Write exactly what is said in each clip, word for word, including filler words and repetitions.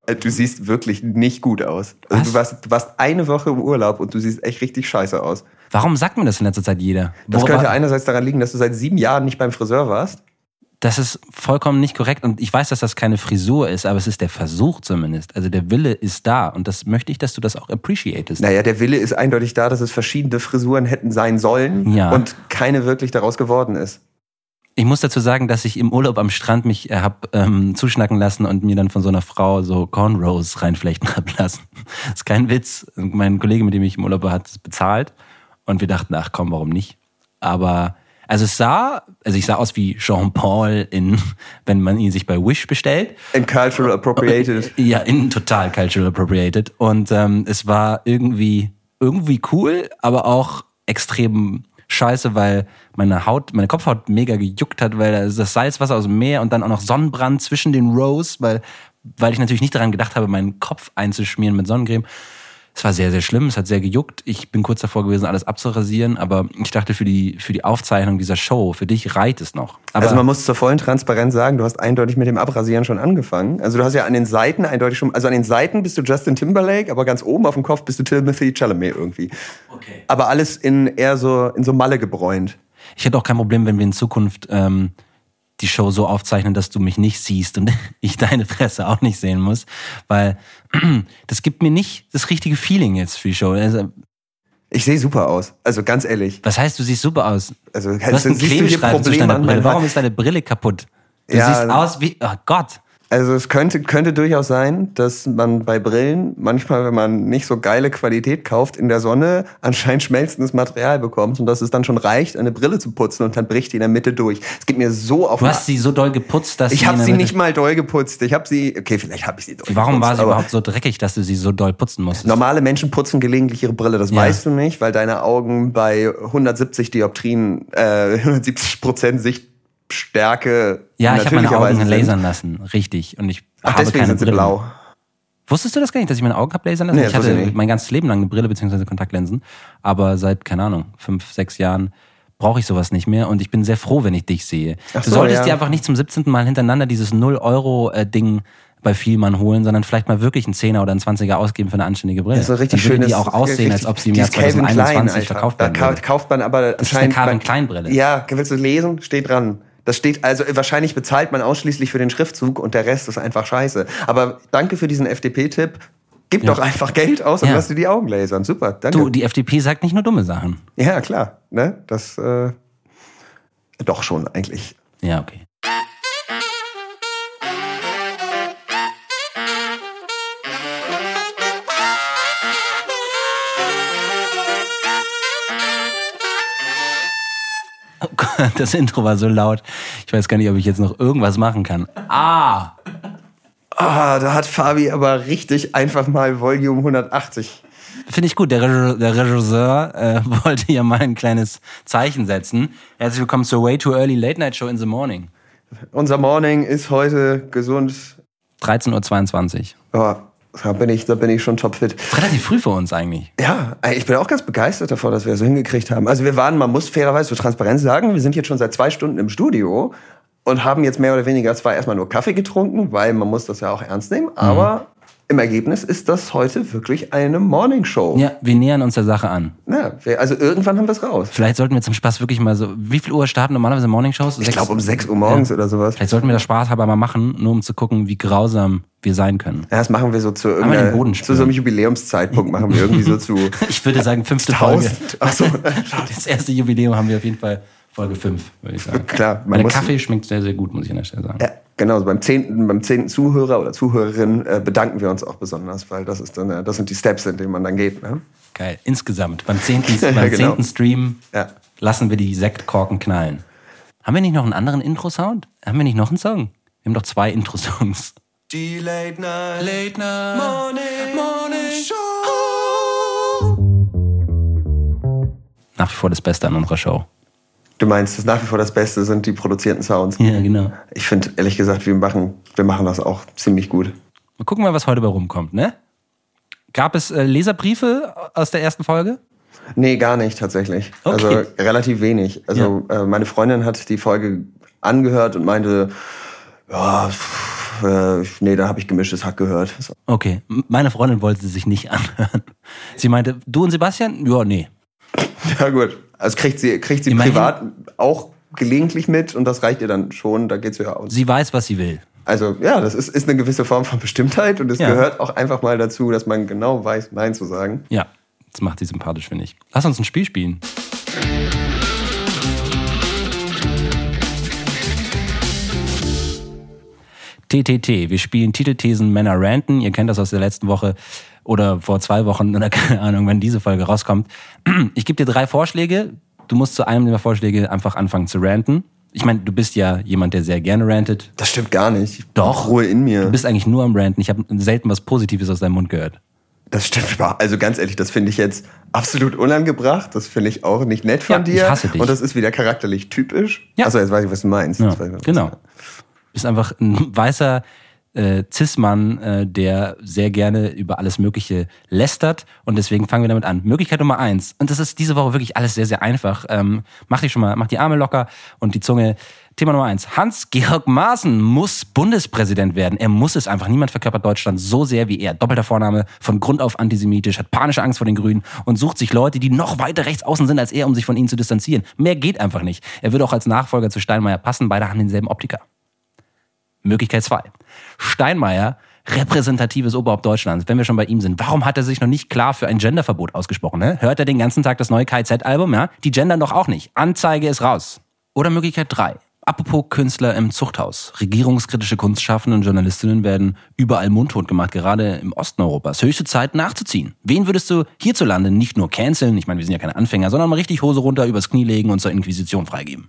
Du siehst wirklich nicht gut aus. Also du, warst, du warst eine Woche im Urlaub und du siehst echt richtig scheiße aus. Warum sagt mir das in letzter Zeit jeder? Das Worüber? könnte einerseits daran liegen, dass du seit sieben Jahren nicht beim Friseur warst. Das ist vollkommen nicht korrekt und ich weiß, dass das keine Frisur ist, aber es ist der Versuch zumindest. Also der Wille ist da und das möchte ich, dass du das auch appreciatest. Naja, der Wille ist eindeutig da, dass es verschiedene Frisuren hätten sein sollen ja. und keine wirklich daraus geworden ist. Ich muss dazu sagen, dass ich im Urlaub am Strand mich äh, hab ähm, zuschnacken lassen und mir dann von so einer Frau so Cornrows reinflechten hab lassen. Das ist kein Witz. Mein Kollege, mit dem ich im Urlaub war, hat es bezahlt und wir dachten, ach komm, warum nicht? Aber also es sah, also ich sah aus wie Jean-Paul in, wenn man ihn sich bei Wish bestellt. In cultural appropriated. Ja, in total cultural appropriated. Und ähm, es war irgendwie irgendwie cool, aber auch extrem scheiße, weil meine Haut, meine Kopfhaut mega gejuckt hat, weil das Salzwasser aus dem Meer und dann auch noch Sonnenbrand zwischen den Rows, weil, weil ich natürlich nicht daran gedacht habe, meinen Kopf einzuschmieren mit Sonnencreme. Es war sehr, sehr schlimm, es hat sehr gejuckt. Ich bin kurz davor gewesen, alles abzurasieren, aber ich dachte, für die, für die Aufzeichnung dieser Show, für dich reicht es noch. Aber also man muss zur vollen Transparenz sagen, du hast eindeutig mit dem Abrasieren schon angefangen. Also du hast ja an den Seiten eindeutig schon, also an den Seiten bist du Justin Timberlake, aber ganz oben auf dem Kopf bist du Timothée Chalamet irgendwie. Okay. Aber alles in eher so, in so Malle gebräunt. Ich hätte auch kein Problem, wenn wir in Zukunft ähm, die Show so aufzeichnen, dass du mich nicht siehst und ich deine Fresse auch nicht sehen muss, weil das gibt mir nicht das richtige Feeling jetzt für die Show. Also, ich sehe super aus, also ganz ehrlich. Was heißt, du siehst super aus? Also, du hast einen Klebestreifen zwischen deiner Brille. Warum ist deine Brille kaputt? Du ja, siehst aus wie, oh Gott. Also es könnte, könnte durchaus sein, dass man bei Brillen manchmal, wenn man nicht so geile Qualität kauft, in der Sonne anscheinend schmelzendes Material bekommt und dass es dann schon reicht, eine Brille zu putzen und dann bricht die in der Mitte durch. Es geht mir so auf... Du hast sie so doll geputzt, dass ich sie... Ich habe sie nicht mal doll geputzt. Ich habe sie... Okay, vielleicht habe ich sie doll Warum geputzt. Warum war sie überhaupt so dreckig, dass du sie so doll putzen musstest? Normale Menschen putzen gelegentlich ihre Brille. Das ja. weißt du nicht, weil deine Augen bei hundertsiebzig Dioptrien, äh, hundertsiebzig Prozent Sicht Stärke. Ja, ich habe meine Augen lasern lassen, richtig. Und ich Ach, habe deswegen keine sind sie Brille. blau. Wusstest du das gar nicht, dass ich meine Augen habe lasern lassen? Nee, ich hatte ich mein ganzes Leben lang eine Brille bzw. Kontaktlinsen, aber seit, keine Ahnung, fünf, sechs Jahren brauche ich sowas nicht mehr und ich bin sehr froh, wenn ich dich sehe. Ach du so, solltest ja. dir einfach nicht zum siebzehnten Mal hintereinander dieses null Euro Ding bei Vielmann holen, sondern vielleicht mal wirklich einen Zehner oder einen Zwanziger ausgeben für eine anständige Brille. Das ist ein richtig Dann würde schönes, die auch aussehen, als ob sie im Jahr Calvin zweitausendeinundzwanzig Klein, verkauft werden Da würde. kauft man aber das ist eine Calvin Klein Brille. Ja, willst du lesen? Steht dran. Das steht, also wahrscheinlich bezahlt man ausschließlich für den Schriftzug und der Rest ist einfach scheiße. Aber danke für diesen F D P-Tipp. Gib ja. doch einfach Geld aus und ja. lass dir die Augen lasern. Super, danke. Du, die F D P sagt nicht nur dumme Sachen. Ja, klar. Ne? Das, äh, doch schon eigentlich. Ja, okay. Oh Gott, das Intro war so laut. Ich weiß gar nicht, ob ich jetzt noch irgendwas machen kann. Ah! Ah, da hat Fabi aber richtig einfach mal Volume hundertachtzig. Finde ich gut. Der, Regisseur, der Regisseur äh, wollte hier mal ein kleines Zeichen setzen. Herzlich willkommen zur Way Too Early Late Night Show in the Morning. Unser Morning ist heute gesund. dreizehn Uhr zweiundzwanzig. Ja, da bin ich, da bin ich schon topfit. Relativ früh für uns eigentlich. Ja, ich bin auch ganz begeistert davor, dass wir das so hingekriegt haben. Also wir waren, man muss fairerweise für Transparenz sagen, wir sind jetzt schon seit zwei Stunden im Studio und haben jetzt mehr oder weniger zwar erstmal nur Kaffee getrunken, weil man muss das ja auch ernst nehmen, aber mhm. im Ergebnis ist das heute wirklich eine Morning-Show. Ja, wir nähern uns der Sache an. Ja, also irgendwann haben wir es raus. Vielleicht sollten wir zum Spaß wirklich mal so, wie viel Uhr starten normalerweise Morning-Shows? Ich glaube um sechs Uhr morgens ja. oder sowas. Vielleicht sollten wir das spaßhalber mal machen, nur um zu gucken, wie grausam wir sein können. Ja, das machen wir so zu, zu so einem Jubiläumszeitpunkt, machen wir irgendwie so zu... Ich würde sagen, fünfte tausend. Folge. Ach so. Das erste Jubiläum haben wir auf jeden Fall Folge fünf, würde ich sagen. Klar. Man der Kaffee schmeckt sehr, sehr gut, muss ich an der Stelle sagen. Ja, genau. Also beim zehnten, beim zehnten Zuhörer oder Zuhörerin äh, bedanken wir uns auch besonders, weil das ist dann, äh, das sind die Steps, in denen man dann geht. Ne? Geil. Insgesamt. Beim zehnten, beim genau. zehnten Stream ja. lassen wir die Sektkorken knallen. Haben wir nicht noch einen anderen Intro-Sound? Haben wir nicht noch einen Song? Wir haben doch zwei Intro-Songs. Die Late Night, Late Night, Morning, Morning Show. Nach wie vor das Beste an unserer Show. Du meinst, das nach wie vor das Beste sind die produzierten Sounds? Ja, genau. Ich finde, ehrlich gesagt, wir machen, wir machen das auch ziemlich gut. Wir gucken mal, was heute bei rumkommt, ne? Gab es äh, Leserbriefe aus der ersten Folge? Nee, gar nicht tatsächlich. Okay. Also relativ wenig. Also ja. äh, meine Freundin hat die Folge angehört und meinte, ja, äh, nee, da habe ich gemischtes Hack gehört. So. Okay, meine Freundin wollte sie sich nicht anhören. Sie meinte, du und Sebastian? Ja, nee. Ja gut, also kriegt sie, kriegt sie Immerhin, privat auch gelegentlich mit und das reicht ihr dann schon, da geht's ja aus. Sie weiß, was sie will. Also ja, das ist, ist eine gewisse Form von Bestimmtheit und es Ja. gehört auch einfach mal dazu, dass man genau weiß, Nein zu sagen. Ja, das macht sie sympathisch, finde ich. Lass uns ein Spiel spielen. T T T, wir spielen Titelthesen Männer ranten. Ihr kennt das aus der letzten Woche oder vor zwei Wochen oder keine Ahnung, wenn diese Folge rauskommt. Ich gebe dir drei Vorschläge. Du musst zu einem dieser Vorschläge einfach anfangen zu ranten. Ich meine, du bist ja jemand, der sehr gerne rantet. Das stimmt gar nicht. Ich Doch. Ruhe in mir. Du bist eigentlich nur am Ranten. Ich habe selten was Positives aus deinem Mund gehört. Das stimmt überhaupt. Also ganz ehrlich, das finde ich jetzt absolut unangebracht. Das finde ich auch nicht nett von Ja, dir. ich hasse dich. Und das ist wieder charakterlich typisch. Ja. Also jetzt weiß ich, was du meinst. Ja, Jetzt weiß ich, was genau. du meinst. Du bist einfach ein weißer äh, Cis-Mann, äh, der sehr gerne über alles Mögliche lästert. Und deswegen fangen wir damit an. Möglichkeit Nummer eins. Und das ist diese Woche wirklich alles sehr, sehr einfach. Ähm, mach dich schon mal, mach die Arme locker und die Zunge. Thema Nummer eins. Hans-Georg Maaßen muss Bundespräsident werden. Er muss es einfach. Niemand verkörpert Deutschland so sehr wie er. Doppelter Vorname, von Grund auf antisemitisch, hat panische Angst vor den Grünen und sucht sich Leute, die noch weiter rechts außen sind als er, um sich von ihnen zu distanzieren. Mehr geht einfach nicht. Er würde auch als Nachfolger zu Steinmeier passen. Beide haben denselben Optiker. Möglichkeit zwei. Steinmeier, repräsentatives Oberhaupt Deutschlands, wenn wir schon bei ihm sind. Warum hat er sich noch nicht klar für ein Genderverbot ausgesprochen? Ne? Hört er den ganzen Tag das neue K I Z-Album? Ja? Die gendern doch auch nicht. Anzeige ist raus. Oder Möglichkeit drei. Apropos Künstler im Zuchthaus. Regierungskritische Kunstschaffende und Journalistinnen werden überall mundtot gemacht, gerade im Osten Europas. Höchste Zeit nachzuziehen. Wen würdest du hierzulande nicht nur canceln, ich meine, wir sind ja keine Anfänger, sondern mal richtig Hose runter, übers Knie legen und zur Inquisition freigeben?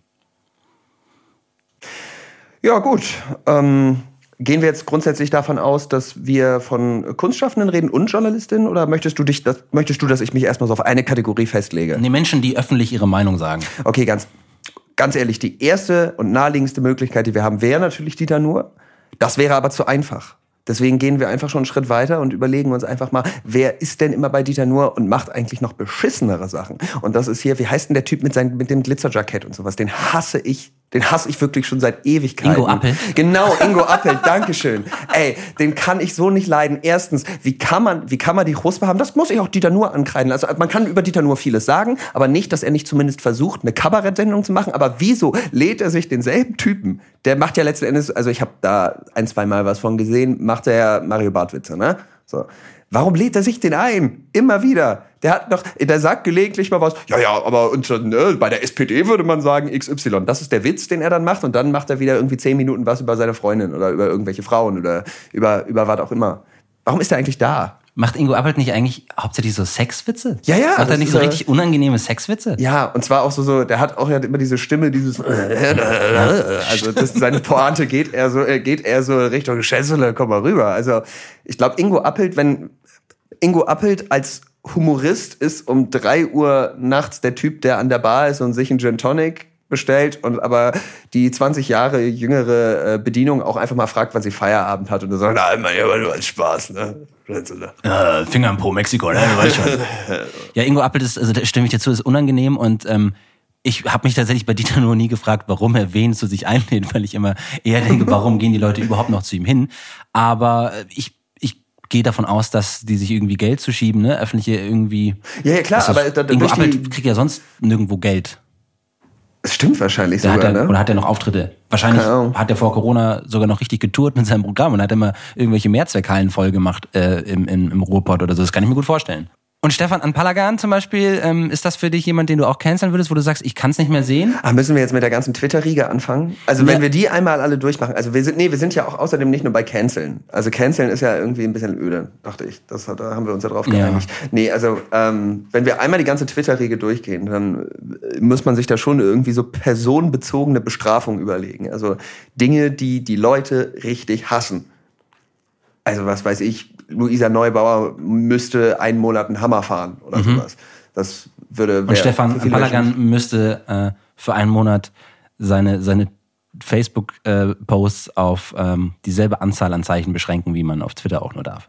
Ja gut, ähm, gehen wir jetzt grundsätzlich davon aus, dass wir von Kunstschaffenden reden und Journalistinnen oder möchtest du dich, das, möchtest du, dass ich mich erstmal so auf eine Kategorie festlege? Nee, Menschen, die öffentlich ihre Meinung sagen. Okay, ganz, ganz ehrlich, die erste und naheliegendste Möglichkeit, die wir haben, wäre natürlich Dieter Nuhr. Das wäre aber zu einfach. Deswegen gehen wir einfach schon einen Schritt weiter und überlegen uns einfach mal, wer ist denn immer bei Dieter Nuhr und macht eigentlich noch beschissenere Sachen? Und das ist hier, wie heißt denn der Typ mit, seinem, mit dem Glitzerjackett und sowas? Den hasse ich. Den hasse ich wirklich schon seit Ewigkeiten. Ingo Appelt? Genau, Ingo Appelt, dankeschön. Ey, den kann ich so nicht leiden. Erstens, wie kann man, wie kann man die Chuspe haben? Das muss ich auch Dieter Nuhr ankreiden. Also man kann über Dieter Nuhr vieles sagen, aber nicht, dass er nicht zumindest versucht, eine Kabarettsendung zu machen. Aber wieso lädt er sich denselben Typen? Der macht ja letzten Endes, also ich habe da ein, zwei Mal was von gesehen, macht er ja Mario Barth-Witze, ne? So. Warum lädt er sich den ein? Immer wieder. Der hat noch, der sagt gelegentlich mal was, ja, ja, aber und, ne, bei der S P D würde man sagen X Y. Das ist der Witz, den er dann macht und dann macht er wieder irgendwie zehn Minuten was über seine Freundin oder über irgendwelche Frauen oder über, über was auch immer. Warum ist er eigentlich da? Macht Ingo Appelt nicht eigentlich hauptsächlich so Sexwitze? Ja, ja. Macht er nicht so ist, richtig unangenehme Sexwitze? Ja, und zwar auch so, so, der hat auch ja immer diese Stimme, dieses, also das, seine Pointe geht eher so, geht eher so Richtung Schässele, komm mal rüber. Also ich glaube, Ingo Appelt, wenn Ingo Appelt als Humorist ist um drei Uhr nachts der Typ, der an der Bar ist und sich einen Gin Tonic bestellt und aber die zwanzig Jahre jüngere Bedienung auch einfach mal fragt, wann sie Feierabend hat und dann sagt, na, immer, ja, nur als Spaß, ne? Äh, Finger im Po, Mexiko, ne? Du weißt schon. Ja, Ingo Appelt ist, also da stimme ich dir zu, ist unangenehm und ähm, ich habe mich tatsächlich bei Dieter Nuhr nie gefragt, warum er wen zu sich einlädt, weil ich immer eher denke, warum gehen die Leute überhaupt noch zu ihm hin? Aber ich gehe davon aus, dass die sich irgendwie Geld zu schieben, ne? Öffentliche irgendwie. Ja, ja, klar, das, aber da, Ingo durch Appelt die, kriegt ja sonst nirgendwo Geld. Das stimmt wahrscheinlich Da sogar, hat er, ne? Oder hat er noch Auftritte? Wahrscheinlich Keine Ahnung. hat er vor Corona sogar noch richtig getourt mit seinem Programm und hat immer irgendwelche Mehrzweckhallen voll gemacht äh, im, im, im Ruhrpott oder so. Das kann ich mir gut vorstellen. Und Stefan Anpalagan zum Beispiel, ähm, ist das für dich jemand, den du auch canceln würdest, wo du sagst, ich kann es nicht mehr sehen? Ah, müssen wir jetzt mit der ganzen Twitter-Riege anfangen? Also wenn Ja. wir die einmal alle durchmachen, also wir sind, nee, wir sind ja auch außerdem nicht nur bei Canceln. Also Canceln ist ja irgendwie ein bisschen öde, dachte ich. Das hat, da haben wir uns ja drauf Ja. geeinigt. Nee, also ähm, wenn wir einmal die ganze Twitter-Riege durchgehen, dann äh, muss man sich da schon irgendwie so personenbezogene Bestrafung überlegen. Also Dinge, die die Leute richtig hassen. Also was weiß ich, Luisa Neubauer müsste einen Monat einen Hammer fahren oder Mhm. sowas. Das würde Und Stefan für viele Anpalagan Menschen- müsste äh, für einen Monat seine, seine Facebook-Posts auf ähm, dieselbe Anzahl an Zeichen beschränken, wie man auf Twitter auch nur darf.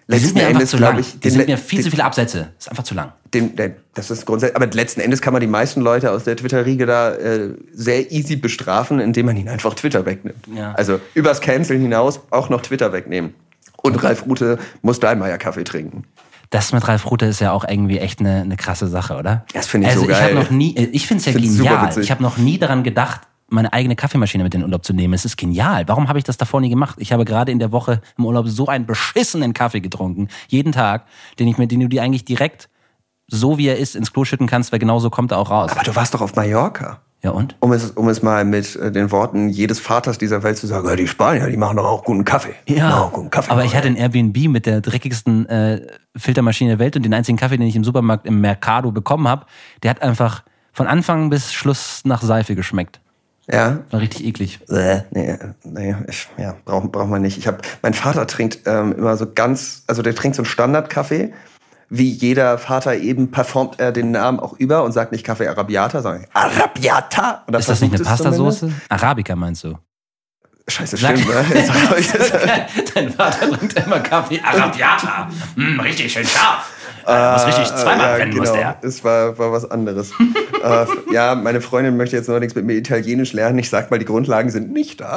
Die sind letzten mir einfach Endes, zu glaube lang. ich, Die den sind le- mir viel den- zu viele Absätze. Das ist einfach zu lang. Den, den, das ist grundsätzlich, aber letzten Endes kann man die meisten Leute aus der Twitter-Riege da äh, sehr easy bestrafen, indem man ihnen einfach Twitter wegnimmt. Ja. Also übers Canceln hinaus auch noch Twitter wegnehmen. Und Ralf Rute muss Dallmayr Kaffee trinken. Das mit Ralf Rute ist ja auch irgendwie echt eine, eine krasse Sache, oder? Das finde ich also so geil. Ich, hab noch nie, ich finde es ja Ich find's super genial. witzig. Ich habe noch nie daran gedacht, meine eigene Kaffeemaschine mit in den Urlaub zu nehmen. Es ist genial. Warum habe ich das davor nie gemacht? Ich habe gerade in der Woche im Urlaub so einen beschissenen Kaffee getrunken. Jeden Tag, den ich mir, den du dir eigentlich direkt so wie er ist ins Klo schütten kannst, weil genau so kommt er auch raus. Aber du warst doch auf Mallorca. Ja und? Um es, um es mal mit äh, den Worten jedes Vaters dieser Welt zu sagen, ja, die Spanier, die machen doch auch guten Kaffee. Ja, auch guten Kaffee. aber ich hatte ein Airbnb mit der dreckigsten äh, Filtermaschine der Welt und den einzigen Kaffee, den ich im Supermarkt im Mercado bekommen habe, der hat einfach von Anfang bis Schluss nach Seife geschmeckt. Ja. War richtig eklig. Äh, nee, nee, ich, ja, braucht brauch man nicht. Ich hab, mein Vater trinkt ähm, immer so ganz, also der trinkt so einen Standardkaffee. Wie jeder Vater eben performt er den Namen auch über und sagt nicht Kaffee Arabiata, sondern Arabiata. Und Ist das nicht eine versucht es Pastasauce? zumindest. Arabica meinst du? Scheiße, Sag- stimmt, ne? Jetzt hab ich es- Dein Vater trinkt immer Kaffee Arabiata. Mm, richtig schön scharf. Äh, muss richtig zweimal ja, brennen, muss genau. der. Es war, war was anderes. äh, ja, meine Freundin möchte jetzt neuerdings mit mir Italienisch lernen. Ich sag mal, die Grundlagen sind nicht da.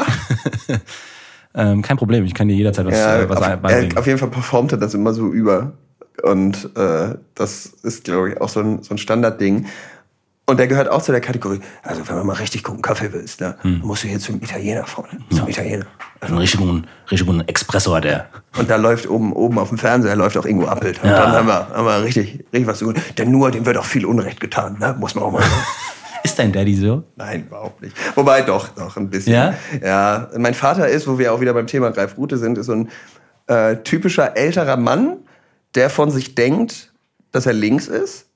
Ähm, kein Problem, ich kann dir jederzeit was, Ja, äh, was auf, beibringen. er, auf jeden Fall performt er das immer so über. Und äh, das ist, glaube ich, auch so ein, so ein Standardding. Und der gehört auch zu der Kategorie, also wenn man mal richtig guten Kaffee willst, ne, hm. musst du hier zum Italiener vorne. Zum Ja. Italiener. Einen richtig guten, richtig guten Espresso hat der. Und da läuft oben, oben auf dem Fernseher läuft auch Ingo Appelt. Und Ja. dann haben wir, haben wir richtig, richtig was zu tun. Denn nur, dem wird auch viel Unrecht getan, ne? Muss man auch mal sagen. Ist dein Daddy so? Nein, überhaupt nicht. Wobei doch, doch, ein bisschen. Ja? Ja. Mein Vater ist, wo wir auch wieder beim Thema Ralf Rute sind, ist so ein äh, typischer älterer Mann, der von sich denkt, dass er links ist,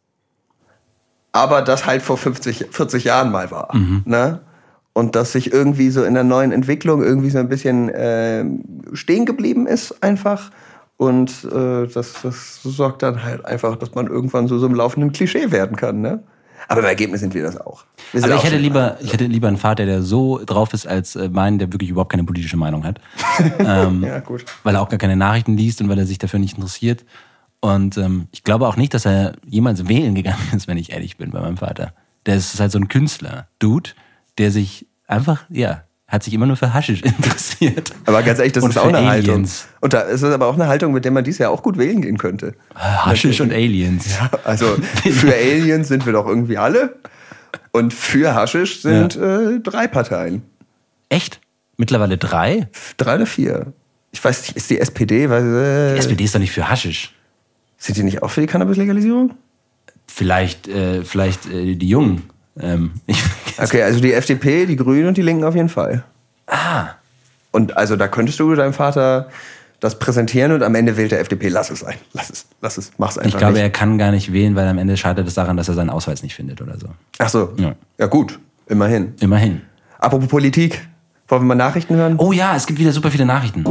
aber das halt vor fünfzig, vierzig Jahren mal war. Mhm. Ne? Und dass sich irgendwie so in der neuen Entwicklung irgendwie so ein bisschen äh, stehen geblieben ist einfach. Und äh, das, das sorgt dann halt einfach, dass man irgendwann so, so im laufenden Klischee werden kann. Ne? Aber im Ergebnis sind wir das auch. Wir sind Aber ich auch hätte schon lieber, ich hätte lieber einen Vater, der so drauf ist, als äh, meinen, der wirklich überhaupt keine politische Meinung hat. ähm, Ja, gut. Weil er auch gar keine Nachrichten liest und weil er sich dafür nicht interessiert. Und ähm, ich glaube auch nicht, dass er jemals wählen gegangen ist, wenn ich ehrlich bin, bei meinem Vater. Der ist halt so ein Künstler-Dude, der sich einfach, ja, hat sich immer nur für Haschisch interessiert. Aber ganz ehrlich, das Und ist auch für eine Haltung. Aliens. Und da ist es aber auch eine Haltung, mit der man dies Jahr auch gut wählen gehen könnte. Haschisch und Aliens. Also für Aliens sind wir doch irgendwie alle. Und für Haschisch sind Ja. äh, drei Parteien. Echt? Mittlerweile drei? Drei oder vier. Ich weiß nicht, ist die S P D, weil, äh, Die S P D ist doch nicht für Haschisch. sind die nicht auch für die Cannabis-Legalisierung? Vielleicht, äh, vielleicht äh, die Jungen. Ähm, ich, Okay, also die F D P, die Grünen und die Linken auf jeden Fall. ah, Und also da könntest du deinem Vater das präsentieren und am Ende wählt der F D P. Lass es sein. Lass es. Lass es. Mach's einfach ich glaube, nicht. er kann gar nicht wählen, weil am Ende scheitert es daran, dass er seinen Ausweis nicht findet oder so. Ach so. Ja. Ja gut, immerhin. Immerhin. Apropos Politik. Wollen wir mal Nachrichten hören? Oh ja, es gibt wieder super viele Nachrichten.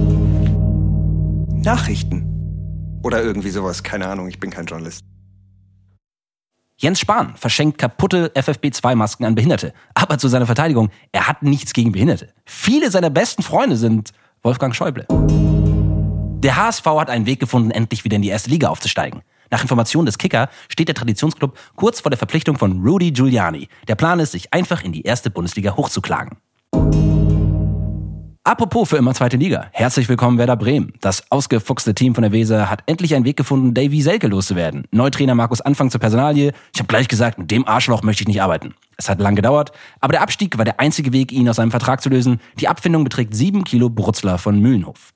Nachrichten. Oder irgendwie sowas, keine Ahnung, ich bin kein Journalist. Jens Spahn verschenkt kaputte F F P zwei Masken an Behinderte. Aber zu seiner Verteidigung, er hat nichts gegen Behinderte. Viele seiner besten Freunde sind Wolfgang Schäuble. Der H S V hat einen Weg gefunden, endlich wieder in die erste Liga aufzusteigen. Nach Informationen des Kicker steht der Traditionsclub kurz vor der Verpflichtung von Rudy Giuliani. Der Plan ist, sich einfach in die erste Bundesliga hochzuklagen. Apropos für immer zweite Liga. Herzlich willkommen Werder Bremen. Das ausgefuchste Team von der Weser hat endlich einen Weg gefunden, Davy Selke loszuwerden. Neutrainer Markus Anfang zur Personalie. Ich habe gleich gesagt, mit dem Arschloch möchte ich nicht arbeiten. Es hat lang gedauert, aber der Abstieg war der einzige Weg, ihn aus seinem Vertrag zu lösen. Die Abfindung beträgt sieben Kilo Brutzler von Mühlenhof.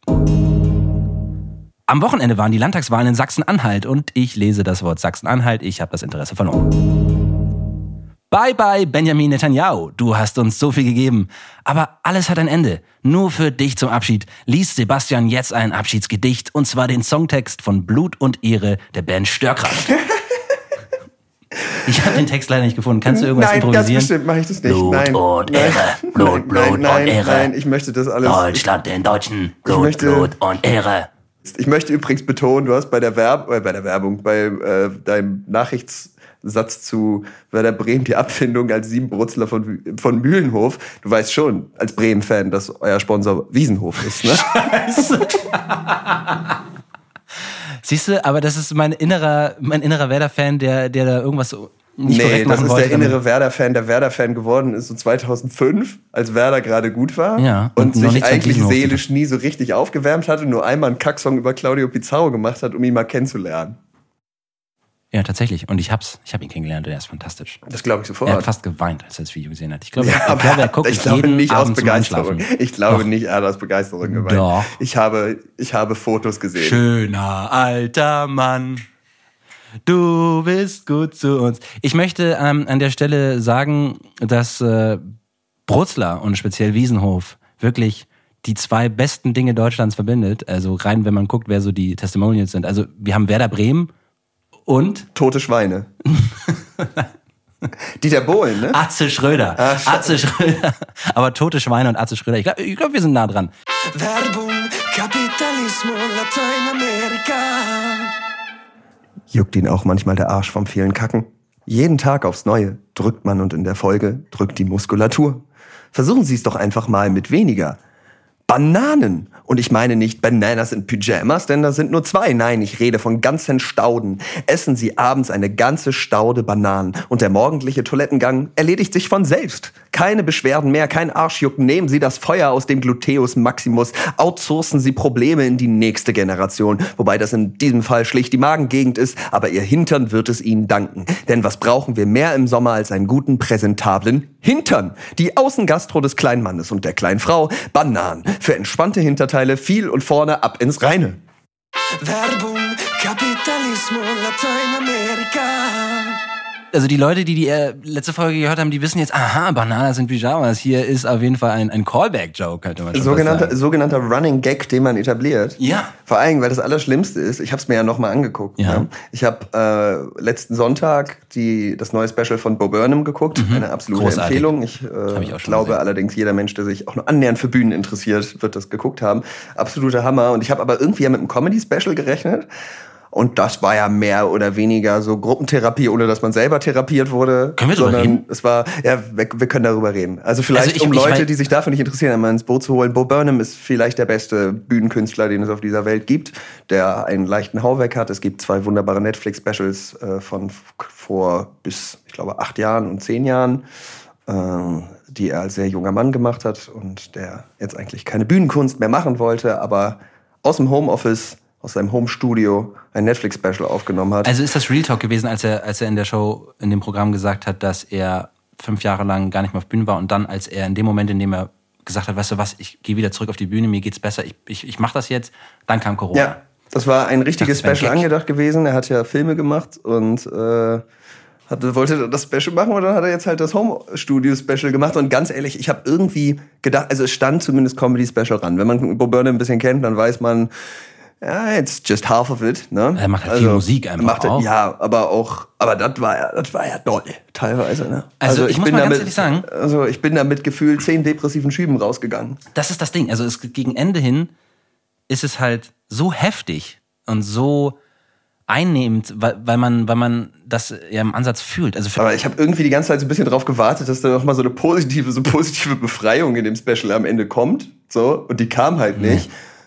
Am Wochenende waren die Landtagswahlen in Sachsen-Anhalt und ich lese das Wort Sachsen-Anhalt. Ich habe das Interesse verloren. Bye bye, Benjamin Netanyahu. Du hast uns so viel gegeben. Aber alles hat ein Ende. Nur für dich zum Abschied liest Sebastian jetzt ein Abschiedsgedicht. Und zwar den Songtext von Blut und Ehre der Band Störkraft. Ich habe den Text leider nicht gefunden. Kannst du irgendwas Nein, improvisieren? ganz bestimmt mache ich das nicht. Blut nein. und nein. Ehre. Blut, nein, Blut nein, und Ehre. Nein, ich möchte das alles. Deutschland den Deutschen. Blut, möchte- Blut und Ehre. Ich, ich möchte übrigens betonen, du hast bei der, Werb, äh, bei der Werbung, bei äh, deinem Nachrichtssatz zu Werder Bremen die Abfindung als sieben Brutzler von, von Mühlenhof. Du weißt schon, als Bremen-Fan, dass euer Sponsor Wiesenhof ist, ne? Siehst du, aber das ist mein innerer, mein innerer Werder-Fan, der, der da irgendwas nicht nee, korrekt machen das ist wollte. der innere Werder-Fan, der Werder-Fan geworden ist so zweitausendfünf, als Werder gerade gut war Ja, und, und noch sich nichts von eigentlich Gießen seelisch nie so richtig aufgewärmt hat und nur einmal einen Kacksong über Claudio Pizarro gemacht hat, um ihn mal kennenzulernen. Ja, tatsächlich. Und ich hab's, ich hab ihn kennengelernt und er ist fantastisch. Das glaube ich sofort. Er hat fast geweint, als er das Video gesehen hat. Ich glaube, Ja, ich aber glaube er guckt ich glaube jeden nicht aus Abend zum Begeisterung. Einschlafen. Ich glaube Doch. nicht, er hat aus Begeisterung geweint. Doch. Ich habe, ich habe Fotos gesehen. Schöner alter Mann, du bist gut zu uns. Ich möchte ähm, an der Stelle sagen, dass äh, Brutzler und speziell Wiesenhof wirklich die zwei besten Dinge Deutschlands verbindet. Also rein, wenn man guckt, wer so die Testimonials sind. Also wir haben Werder Bremen und Tote Schweine. Dieter Bohlen, ne? Atze Schröder. Ach, Atze Schröder. Aber Tote Schweine und Atze Schröder. Ich glaube, ich glaub, wir sind nah dran. Werbung, Kapitalismo, Lateinamerika. Juckt ihn auch manchmal der Arsch vom vielen Kacken? Jeden Tag aufs Neue drückt man und in der Folge drückt die Muskulatur. Versuchen Sie es doch einfach mal mit weniger. Bananen. Und ich meine nicht Bananas in Pyjamas, denn da sind nur zwei. Nein, ich rede von ganzen Stauden. Essen Sie abends eine ganze Staude Bananen und der morgendliche Toilettengang erledigt sich von selbst. Keine Beschwerden mehr, kein Arschjucken. Nehmen Sie das Feuer aus dem Gluteus Maximus. Outsourcen Sie Probleme in die nächste Generation. Wobei das in diesem Fall schlicht die Magengegend ist, aber Ihr Hintern wird es Ihnen danken. Denn was brauchen wir mehr im Sommer als einen guten, präsentablen Hintern? Die Außengastro des kleinen Mannes und der kleinen Frau. Bananen. Für entspannte Hinterteile viel und vorne ab ins Reine. Werbung, Kapitalismo, Lateinamerika. Also die Leute, die die äh, letzte Folge gehört haben, die wissen jetzt, aha, Bananas sind Pyjamas. Hier ist auf jeden Fall ein, ein Callback-Joke, könnte man schon Sogenannter, sagen. sogenannter Running Gag, den man etabliert. Ja. Vor allem, weil das Allerschlimmste ist, ich habe es mir ja nochmal angeguckt. Ja. Ne? Ich habe äh, letzten Sonntag die, das neue Special von Bo Burnham geguckt. Mhm. Eine absolute Großartig. Empfehlung. Ich, äh, ich auch schon glaube gesehen. allerdings, jeder Mensch, der sich auch nur annähernd für Bühnen interessiert, wird das geguckt haben. Absoluter Hammer. Und ich habe aber irgendwie ja mit einem Comedy-Special gerechnet. Und das war ja mehr oder weniger so Gruppentherapie, ohne dass man selber therapiert wurde. Können wir drüber sondern reden? Es war, ja, wir, wir können darüber reden. Also vielleicht, Also ich- um ich Leute, mein- die sich dafür nicht interessieren, einmal ins Boot zu holen. Bo Burnham ist vielleicht der beste Bühnenkünstler, den es auf dieser Welt gibt, der einen leichten Hau weg hat. Es gibt zwei wunderbare Netflix-Specials äh, von f- vor bis, ich glaube, acht Jahren und zehn Jahren, äh, die er als sehr junger Mann gemacht hat und der jetzt eigentlich keine Bühnenkunst mehr machen wollte, aber aus dem Homeoffice, aus seinem Home-Studio ein Netflix-Special aufgenommen hat. Also ist das Real Talk gewesen, als er, als er in der Show, in dem Programm gesagt hat, dass er fünf Jahre lang gar nicht mehr auf Bühnen war und dann, als er in dem Moment, in dem er gesagt hat, weißt du was, ich gehe wieder zurück auf die Bühne, mir geht's besser, ich, ich, ich mache das jetzt, dann kam Corona. Ja, das war ein richtiges Das wär ein Special Gag. angedacht gewesen. Er hat ja Filme gemacht und äh, hatte, wollte das Special machen und dann hat er jetzt halt das Home-Studio-Special gemacht. Und ganz ehrlich, ich habe irgendwie gedacht, also es stand zumindest Comedy-Special ran. Wenn man Bo Burnham ein bisschen kennt, dann weiß man, ja, it's just half of it. Ne? Er macht halt viel Musik einfach macht er, auch. Ja, aber auch, aber das war ja, das war ja doll, teilweise. Ne? Also ich muss bin mal ganz damit, ehrlich sagen- also ich bin da mit gefühlt zehn depressiven Schüben rausgegangen. Das ist das Ding. Also es, gegen Ende hin ist es halt so heftig und so einnehmend, weil, weil man, weil man das ja im Ansatz fühlt. Also für, Aber ich habe irgendwie die ganze Zeit so ein bisschen drauf gewartet, dass da noch mal so eine positive, so positive Befreiung in dem Special am Ende kommt. So, und die kam halt nicht.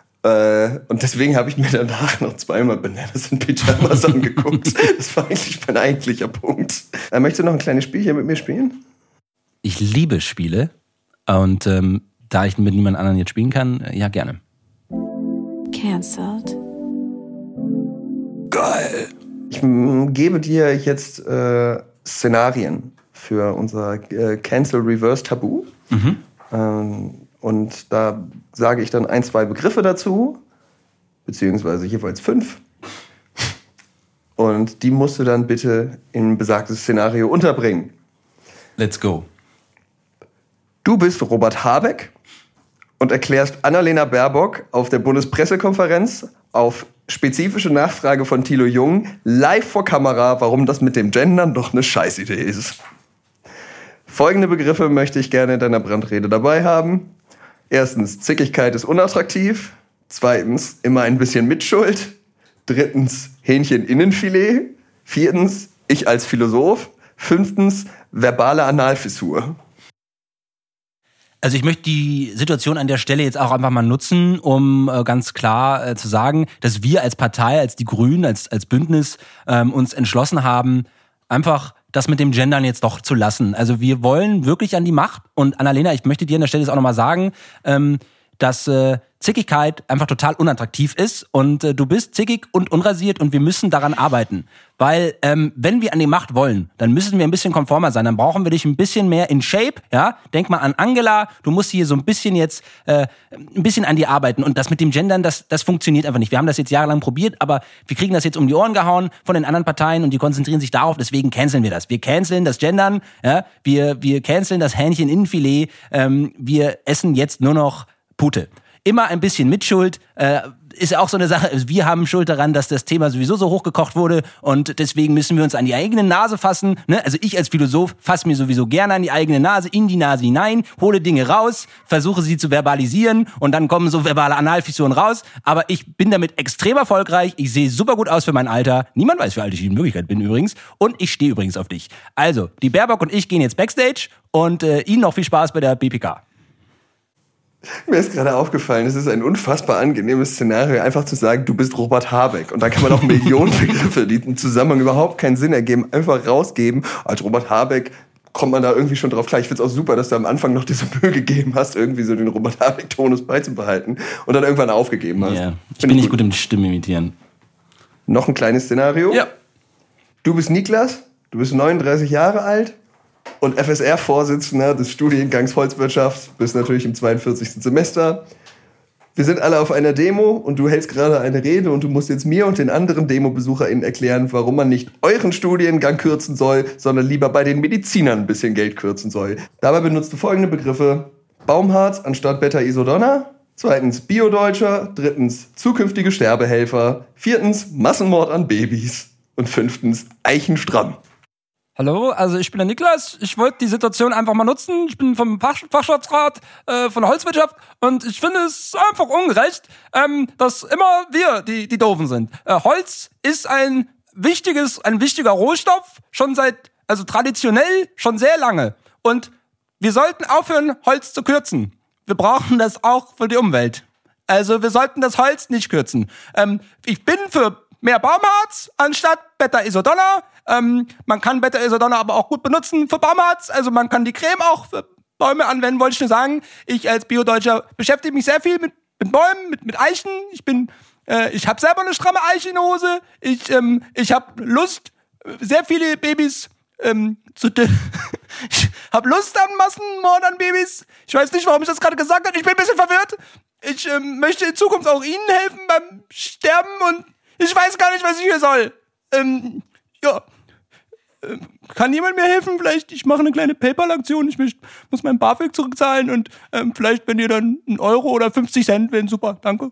Äh, und deswegen habe ich mir danach noch zweimal Bananas in Pyjamas angeguckt. Das war eigentlich mein eigentlicher Punkt. Äh, möchtest du noch ein kleines Spielchen mit mir spielen? ich liebe Spiele und ähm, da ich mit niemand anderen jetzt spielen kann, äh, ja gerne. Cancelled. Geil. Ich m, gebe dir jetzt äh, Szenarien für unser äh, Cancel Reverse Tabu. Mhm. Ähm, und da sage ich dann ein, zwei Begriffe dazu, beziehungsweise jeweils fünf. Und die musst du dann bitte in besagtes Szenario unterbringen. Let's go. Du bist Robert Habeck und erklärst Annalena Baerbock auf der Bundespressekonferenz auf spezifische Nachfrage von Thilo Jung live vor Kamera, warum das mit dem Gendern doch eine Scheißidee ist. Folgende Begriffe möchte ich gerne in deiner Brandrede dabei haben. Erstens, Zickigkeit ist unattraktiv. Zweitens, immer ein bisschen Mitschuld. Drittens, Hähnchen-Innenfilet. Viertens, ich als Philosoph. Fünftens, verbale Analfissur. Also ich möchte die Situation an der Stelle jetzt auch einfach mal nutzen, um äh, ganz klar äh, zu sagen, dass wir als Partei, als die Grünen, als, als Bündnis ähm, uns entschlossen haben, einfach das mit dem Gendern jetzt doch zu lassen. Also wir wollen wirklich an die Macht. Und Annalena, ich möchte dir an der Stelle jetzt auch nochmal sagen, ähm, dass äh, Zickigkeit einfach total unattraktiv ist und äh, du bist zickig und unrasiert und wir müssen daran arbeiten. Weil ähm, wenn wir an die Macht wollen, dann müssen wir ein bisschen konformer sein, dann brauchen wir dich ein bisschen mehr in Shape, ja? Denk mal an Angela, du musst hier so ein bisschen jetzt äh, ein bisschen an dir arbeiten und das mit dem Gendern, das das funktioniert einfach nicht. Wir haben das jetzt jahrelang probiert, aber wir kriegen das jetzt um die Ohren gehauen von den anderen Parteien und die konzentrieren sich darauf, deswegen canceln wir das. Wir canceln das Gendern, ja? Wir wir canceln das Hähnchen Innenfilet, ähm, wir essen jetzt nur noch Pute. Immer ein bisschen Mitschuld, äh, ist ja auch so eine Sache, wir haben Schuld daran, dass das Thema sowieso so hochgekocht wurde und deswegen müssen wir uns an die eigene Nase fassen. Ne? Also ich als Philosoph fasse mir sowieso gerne an die eigene Nase, in die Nase hinein, hole Dinge raus, versuche sie zu verbalisieren und dann kommen so verbale Analfissuren raus. Aber ich bin damit extrem erfolgreich, ich sehe super gut aus für mein Alter. Niemand weiß, wie alt ich in Wirklichkeit bin übrigens. Und ich stehe übrigens auf dich. Also, die Baerbock und ich gehen jetzt Backstage und äh, Ihnen noch viel Spaß bei der B P K. Mir ist gerade aufgefallen, es ist ein unfassbar angenehmes Szenario, einfach zu sagen, du bist Robert Habeck. Und da kann man auch Millionen Begriffe, die im Zusammenhang überhaupt keinen Sinn ergeben, einfach rausgeben. Als Robert Habeck kommt man da irgendwie schon drauf klar. Ich find's auch super, dass du am Anfang noch diese Mühe gegeben hast, irgendwie so den Robert Habeck-Tonus beizubehalten und dann irgendwann aufgegeben hast. Ja, ich bin nicht gut im Stimme imitieren. Noch ein kleines Szenario. Ja. Du bist Niklas, du bist neununddreißig Jahre alt. Und F S R-Vorsitzender des Studiengangs Holzwirtschaft, bist natürlich im zweiundvierzigsten Semester. Wir sind alle auf einer Demo und du hältst gerade eine Rede und du musst jetzt mir und den anderen Demo-BesucherInnen erklären, warum man nicht euren Studiengang kürzen soll, sondern lieber bei den Medizinern ein bisschen Geld kürzen soll. Dabei benutzt du folgende Begriffe: Baumharz anstatt Beta-Isodonna, zweitens Biodeutscher, drittens zukünftige Sterbehelfer, viertens Massenmord an Babys und fünftens Eichenstramm. Hallo, also ich bin der Niklas. Ich wollte die Situation einfach mal nutzen. Ich bin vom Fach Fachschaftsrat äh, von der Holzwirtschaft und ich finde es einfach ungerecht, ähm, dass immer wir die die Doofen sind. Äh, Holz ist ein wichtiges, ein wichtiger Rohstoff, schon seit, also traditionell schon sehr lange. Und wir sollten aufhören, Holz zu kürzen. Wir brauchen das auch für die Umwelt. Also wir sollten das Holz nicht kürzen. Ähm, ich bin für mehr Baumharz anstatt Beta-Isodonna. Ähm, man kann Beta-Isodonna aber auch gut benutzen für Baumharz. Also man kann die Creme auch für Bäume anwenden, wollte ich nur sagen. Ich als Biodeutscher beschäftige mich sehr viel mit, mit Bäumen, mit, mit Eichen. Ich bin, äh, ich habe selber eine stramme Eiche in der Hose. Ich, ähm, ich habe Lust, sehr viele Babys ähm, zu Ich habe Lust an Massenmord an Babys. Ich weiß nicht, warum ich das gerade gesagt habe. Ich bin ein bisschen verwirrt. Ich ähm, möchte in Zukunft auch Ihnen helfen beim Sterben und ich weiß gar nicht, was ich hier soll. Ähm, ja. Ähm, kann jemand mir helfen? Vielleicht, ich mache eine kleine PayPal-Aktion. Ich möcht, muss mein BAföG zurückzahlen und ähm, vielleicht, wenn ihr dann einen Euro oder fünfzig Cent wären, super. Danke.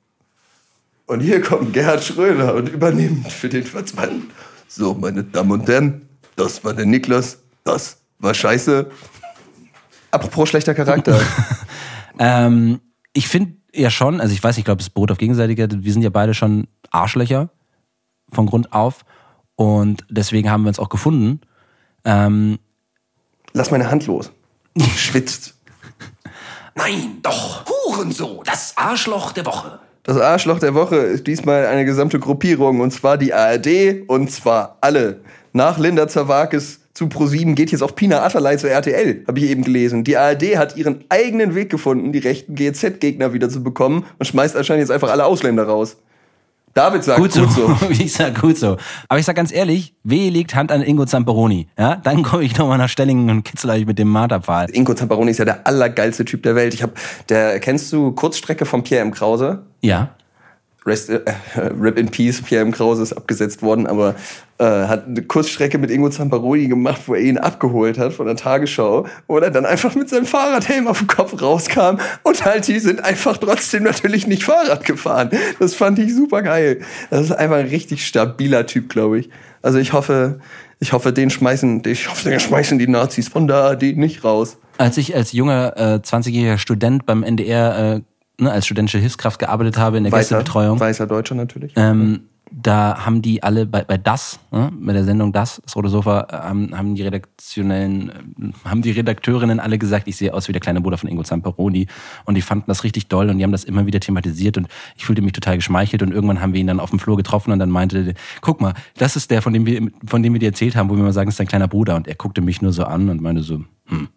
Und hier kommt Gerhard Schröder und übernimmt für den Verzweifel. So, meine Damen und Herren, das war der Niklas. Das war scheiße. Apropos schlechter Charakter. ähm, ich finde ja schon, also ich weiß, ich glaube, es ist Brot auf Gegenseitiger. Wir sind ja beide schon Arschlöcher von Grund auf und deswegen haben wir uns auch gefunden. Ähm, Lass meine Hand los. Schwitzt. Nein, doch. Hurensohn. Das Arschloch der Woche. Das Arschloch der Woche ist diesmal eine gesamte Gruppierung und zwar die A R D und zwar alle. Nach Linda Zerwakis zu ProSieben geht jetzt auch Pina Atalay zu R T L, habe ich eben gelesen. Die A R D hat ihren eigenen Weg gefunden, die rechten G E Z-Gegner wieder zu bekommen und schmeißt anscheinend jetzt einfach alle Ausländer raus. David sagt, gut so. Gut so. Ich sag gut so. Aber ich sag ganz ehrlich, wehe liegt Hand an Ingo Zamperoni. Ja, dann komme ich nochmal nach Stellingen und kitzel euch mit dem Marterpfahl. Ingo Zamperoni ist ja der allergeilste Typ der Welt. Ich hab, der, kennst du Kurzstrecke von Pierre M. Krause? Ja. Rest, äh, Rip in Peace, Pierre M. Krause ist abgesetzt worden, aber äh, hat eine Kurzstrecke mit Ingo Zamperoni gemacht, wo er ihn abgeholt hat von der Tagesschau, wo er dann einfach mit seinem Fahrradhelm auf dem Kopf rauskam und halt, die sind einfach trotzdem natürlich nicht Fahrrad gefahren. Das fand ich super geil. Das ist einfach ein richtig stabiler Typ, glaube ich. Also ich hoffe, ich hoffe, den schmeißen, ich hoffe, den schmeißen die Nazis von der A R D nicht raus. Als ich als junger äh, zwanzigjähriger Student beim N D R äh, Ne, als studentische Hilfskraft gearbeitet habe in der weißer, Gästebetreuung. Weißer Deutscher natürlich. Ähm, da haben die alle bei, bei Das, ne, bei der Sendung Das, das Rote Sofa, haben, haben die redaktionellen, haben die Redakteurinnen alle gesagt, ich sehe aus wie der kleine Bruder von Ingo Zamperoni, und die fanden das richtig doll und die haben das immer wieder thematisiert und ich fühlte mich total geschmeichelt, und irgendwann haben wir ihn dann auf dem Flur getroffen und dann meinte der, guck mal, das ist der, von dem wir, von dem wir dir erzählt haben, wo wir mal sagen, das ist dein kleiner Bruder, und er guckte mich nur so an und meinte so, hm.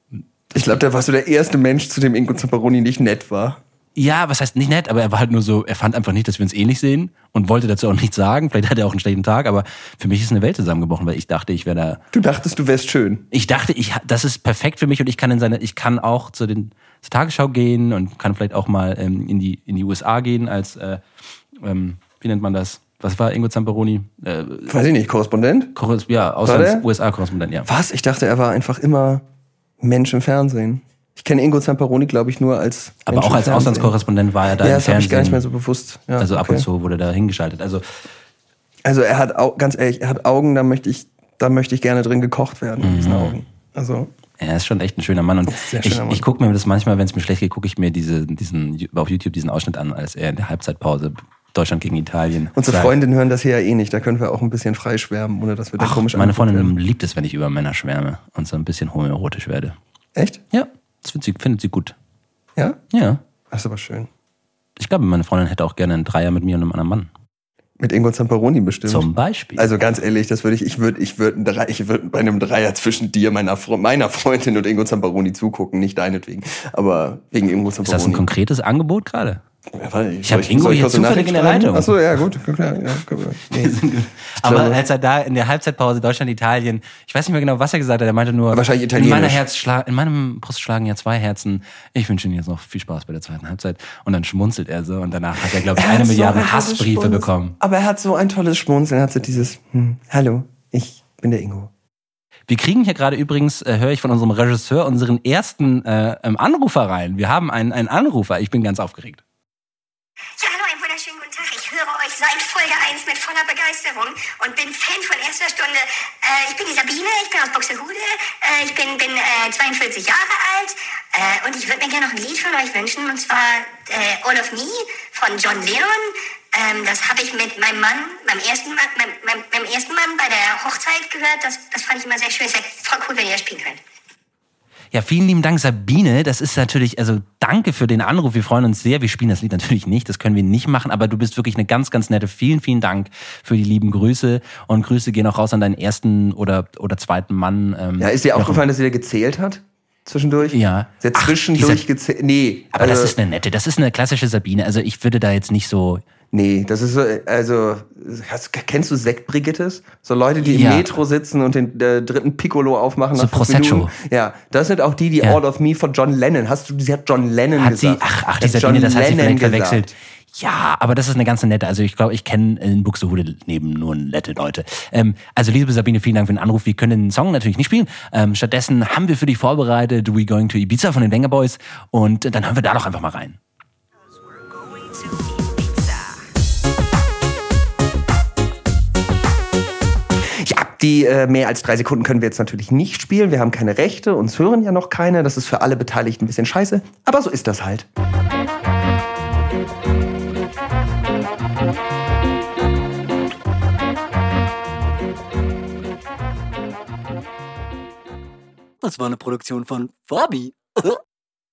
Ich glaube, da warst du der erste Mensch, zu dem Ingo Zamperoni nicht nett war. Ja, was heißt nicht nett, aber er war halt nur so, er fand einfach nicht, dass wir uns ähnlich sehen und wollte dazu auch nichts sagen. Vielleicht hat er auch einen schlechten Tag, aber für mich ist eine Welt zusammengebrochen, weil ich dachte, ich wäre da. Du dachtest, du wärst schön. Ich dachte, ich, das ist perfekt für mich, und ich kann in seine, ich kann auch zu den zur Tagesschau gehen und kann vielleicht auch mal ähm, in die in die U S A gehen als, äh, ähm, wie nennt man das? Was war Ingo Zamperoni? Äh, Weiß ich nicht, Korrespondent? Korres- ja, Auslands-U S A-Korrespondent, ja. Was? Ich dachte, er war einfach immer Mensch im Fernsehen. Ich kenne Ingo Zamperoni, glaube ich, nur als Aber Mensch auch im als Fernsehen. Auslandskorrespondent war er da Ja, im das habe Fernsehen. ich gar nicht mehr so bewusst. Ja, also ab okay. und zu wurde da hingeschaltet. Also Also er hat, au- ganz ehrlich, er hat Augen, da möchte ich, da möchte ich gerne drin gekocht werden, in diesen Augen. Also er ist schon echt ein schöner Mann. Und Sehr ich, schöner Mann. ich gucke mir das manchmal, wenn es mir schlecht geht, gucke ich mir diese, diesen, auf YouTube diesen Ausschnitt an, als er in der Halbzeitpause Deutschland gegen Italien. unsere sagt. Freundinnen hören das hier ja eh nicht, da können wir auch ein bisschen freischwärmen, ohne dass wir da Ach, komisch meine angeguckt Freundin werden. liebt es, wenn ich über Männer schwärme und so ein bisschen homoerotisch werde. Echt? Ja, das findet sie, findet sie gut. Ja? Ja. Das ist aber schön. Ich glaube, meine Freundin hätte auch gerne einen Dreier mit mir und einem anderen Mann. Mit Ingo Zamperoni bestimmt. Zum Beispiel. Also ganz ehrlich, das würde ich, ich würde, ich würde, ich würde bei einem Dreier zwischen dir, meiner, Fre- meiner Freundin und Ingo Zamperoni zugucken, nicht deinetwegen, aber wegen Ingo ist Zamperoni. das ein konkretes Angebot gerade? Ja, warte, Ich hab soll Ingo soll hier kurz eine zufällig in der Nachricht schreiben? Leitung. Ach so, ja, gut. Klar, ja, können wir. Nee. Aber glaube- als er da in der Halbzeitpause Deutschland-Italien, ich weiß nicht mehr genau, was er gesagt hat, er meinte nur, Wahrscheinlich in, meiner Italienisch. Herz schla- in meinem Brust schlagen ja zwei Herzen, ich wünsche Ihnen jetzt noch viel Spaß bei der zweiten Halbzeit. Und dann schmunzelt er so und danach hat er, glaube ich, Er eine hat so Milliarde ein tolles Hassbriefe Schmunzeln. bekommen. Aber er hat so ein tolles Schmunzeln, er hat so dieses, hm, hallo, ich bin der Ingo. Wir kriegen hier gerade übrigens, äh, höre ich von unserem Regisseur, unseren ersten äh, ähm, Anrufer rein. Wir haben einen, einen Anrufer, ich bin ganz aufgeregt. Ja, hallo, einen wunderschönen guten Tag. Ich höre euch seit Folge eins mit voller Begeisterung und bin Fan von erster Stunde. Äh, ich bin die Sabine, ich bin aus Buxtehude, äh, ich bin, bin äh, zweiundvierzig Jahre alt äh, und ich würde mir gerne noch ein Lied von euch wünschen, und zwar äh, All of Me von John Lennon. Ähm, das habe ich mit meinem Mann, meinem ersten Mann, meinem, meinem, meinem ersten Mann bei der Hochzeit gehört. Das, das fand ich immer sehr schön. Es wäre voll cool, wenn ihr das spielen könnt. Ja, vielen lieben Dank, Sabine. Das ist natürlich, also danke für den Anruf. Wir freuen uns sehr. Wir spielen das Lied natürlich nicht, das können wir nicht machen, aber du bist wirklich eine ganz, ganz nette. Vielen, vielen Dank für die lieben Grüße, und Grüße gehen auch raus an deinen ersten oder, oder zweiten Mann. Ähm, Ja, ist dir aufgefallen, dass sie da gezählt hat? Zwischendurch? Ja. Sie hat Ach, zwischendurch dieser- gezählt. Nee. Aber also, das ist eine nette, das ist eine klassische Sabine. Also ich würde da jetzt nicht so. Nee, das ist so, also, hast, kennst du Sektbrigittes? So Leute, die Ja. im Metro sitzen und den äh, dritten Piccolo aufmachen. So nach fünf Prosecco. Minuten. Ja, das sind auch die, die Ja. All of Me von John Lennon. Hast du, sie hat John Lennon Hat gesagt. sie, ach, ach, Sie die hat Sabine, das hat sie vielleicht gesagt. verwechselt. Ja, aber das ist eine ganz nette. Also ich glaube, ich kenne in Buxtehude neben nur nette Leute. Ähm, also liebe Sabine, vielen Dank für den Anruf. Wir können den Song natürlich nicht spielen. Ähm, stattdessen haben wir für dich vorbereitet We Going to Ibiza von den Wenger Boys. Und dann hören wir da doch einfach mal rein. Ja, die äh, mehr als drei Sekunden können wir jetzt natürlich nicht spielen. Wir haben keine Rechte, uns hören ja noch keine. Das ist für alle Beteiligten ein bisschen scheiße. Aber so ist das halt. Das war eine Produktion von Fabi.